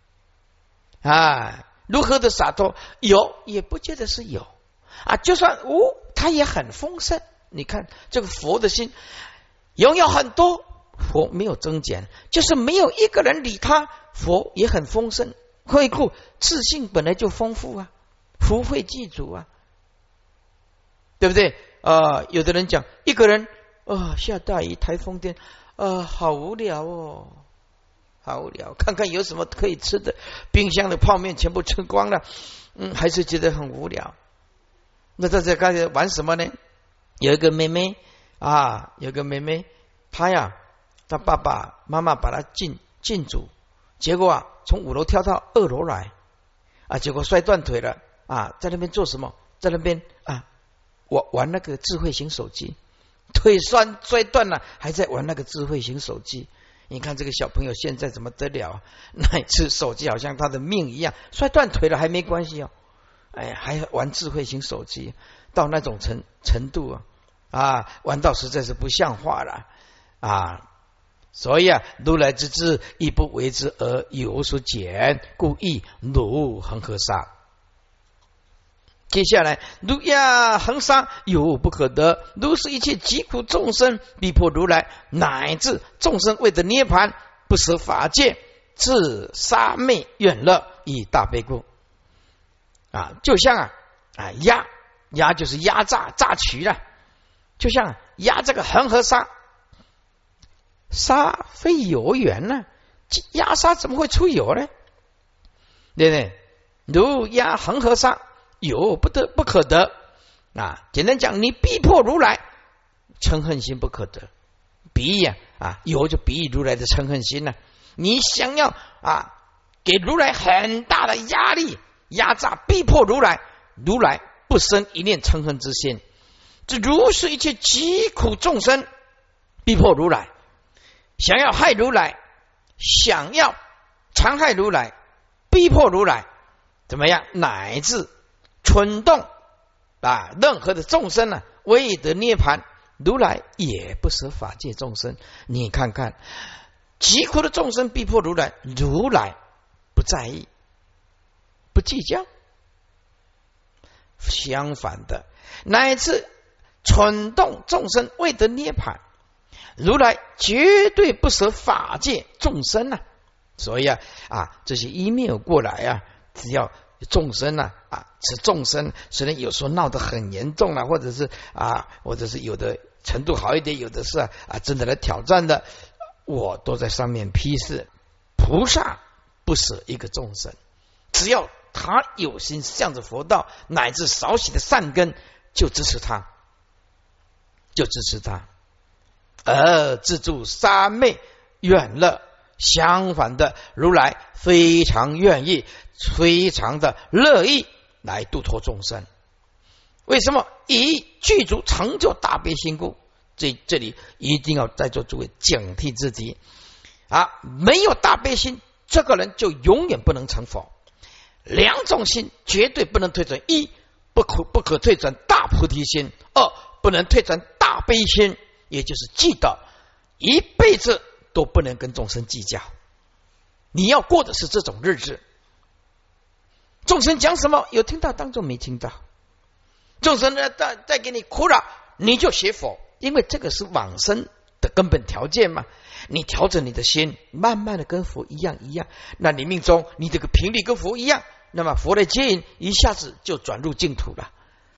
啊，如何的洒脱？有也不见得是有啊，就算无，它也很丰盛。你看这个佛的心拥有很多，佛没有增减，就是没有一个人理他，佛也很丰盛。何以故？自信本来就丰富啊，福慧具足啊，对不对？啊，有的人讲一个人啊，下大雨台风天啊，好无聊哦。好无聊，看看有什么可以吃的，冰箱的泡面全部吃光了，嗯，还是觉得很无聊。那在这开始玩什么呢？有一个妹妹啊，有个妹妹，她呀，她爸爸妈妈把她禁禁足，结果啊，从五楼跳到二楼来啊，结果摔断腿了啊，在那边做什么？在那边啊，玩玩那个智慧型手机，腿摔摔断了，还在玩那个智慧型手机。你看这个小朋友现在怎么得了？那一次手机好像他的命一样，摔断腿了还没关系哦，哎，还玩智慧型手机，到那种程程度啊，啊，玩到实在是不像话了啊！所以啊，如来之智亦不为之而有所减，故亦如恒河沙。接下来，如呀恒沙有不可得，如是一切疾苦众生，逼迫如来，乃至众生为得涅盘，不舍法界，自杀昧愿乐，以大悲故。啊，就像啊啊压压就是压榨榨取了，就像压这个恒河沙，沙非有缘呢、啊， 压沙怎么会出有呢？对不对？如压恒河沙，有不得不可得啊！简单讲，你逼迫如来嗔恨心不可得。比喻啊啊，有就比喻如来的嗔恨心呢、啊。你想要啊给如来很大的压力、压榨、逼迫如来，如来不生一念嗔恨之心。这如是一切疾苦众生逼迫如来，想要害如来，想要残害如来，逼迫如来，怎么样？乃至蠢动啊，任何的众生呢、啊，未得涅盘，如来也不舍法界众生。你看看，疾苦的众生逼迫如来，如来不在意，不计较。相反的，乃至蠢动众生未得涅盘，如来绝对不舍法界众生啊。所以啊啊，这些一面过来啊，只要众生啊啊，此众生虽然有时候闹得很严重了、啊，或者是啊，或者是有的程度好一点，有的是啊啊真的来挑战的，我都在上面批示。菩萨不舍一个众生，只要他有心向着佛道，乃至少许的善根，就支持他，就支持他，而自助三昧远乐。相反的，如来非常愿意，非常的乐意来度脱众生。为什么？以具足成就大悲心故。这这里一定要在座诸位警惕自己啊！没有大悲心，这个人就永远不能成佛。两种心绝对不能退转：一，不可不可退转大菩提心；二，不能退转大悲心，也就是记得一辈子都不能跟众生计较，你要过的是这种日子。众生讲什么，有听到当作没听到。众生呢，再再给你苦扰，你就学佛，因为这个是往生的根本条件嘛。你调整你的心，慢慢的跟佛一样一样，那你命中你这个频率跟佛一样，那么佛的接引一下子就转入净土了。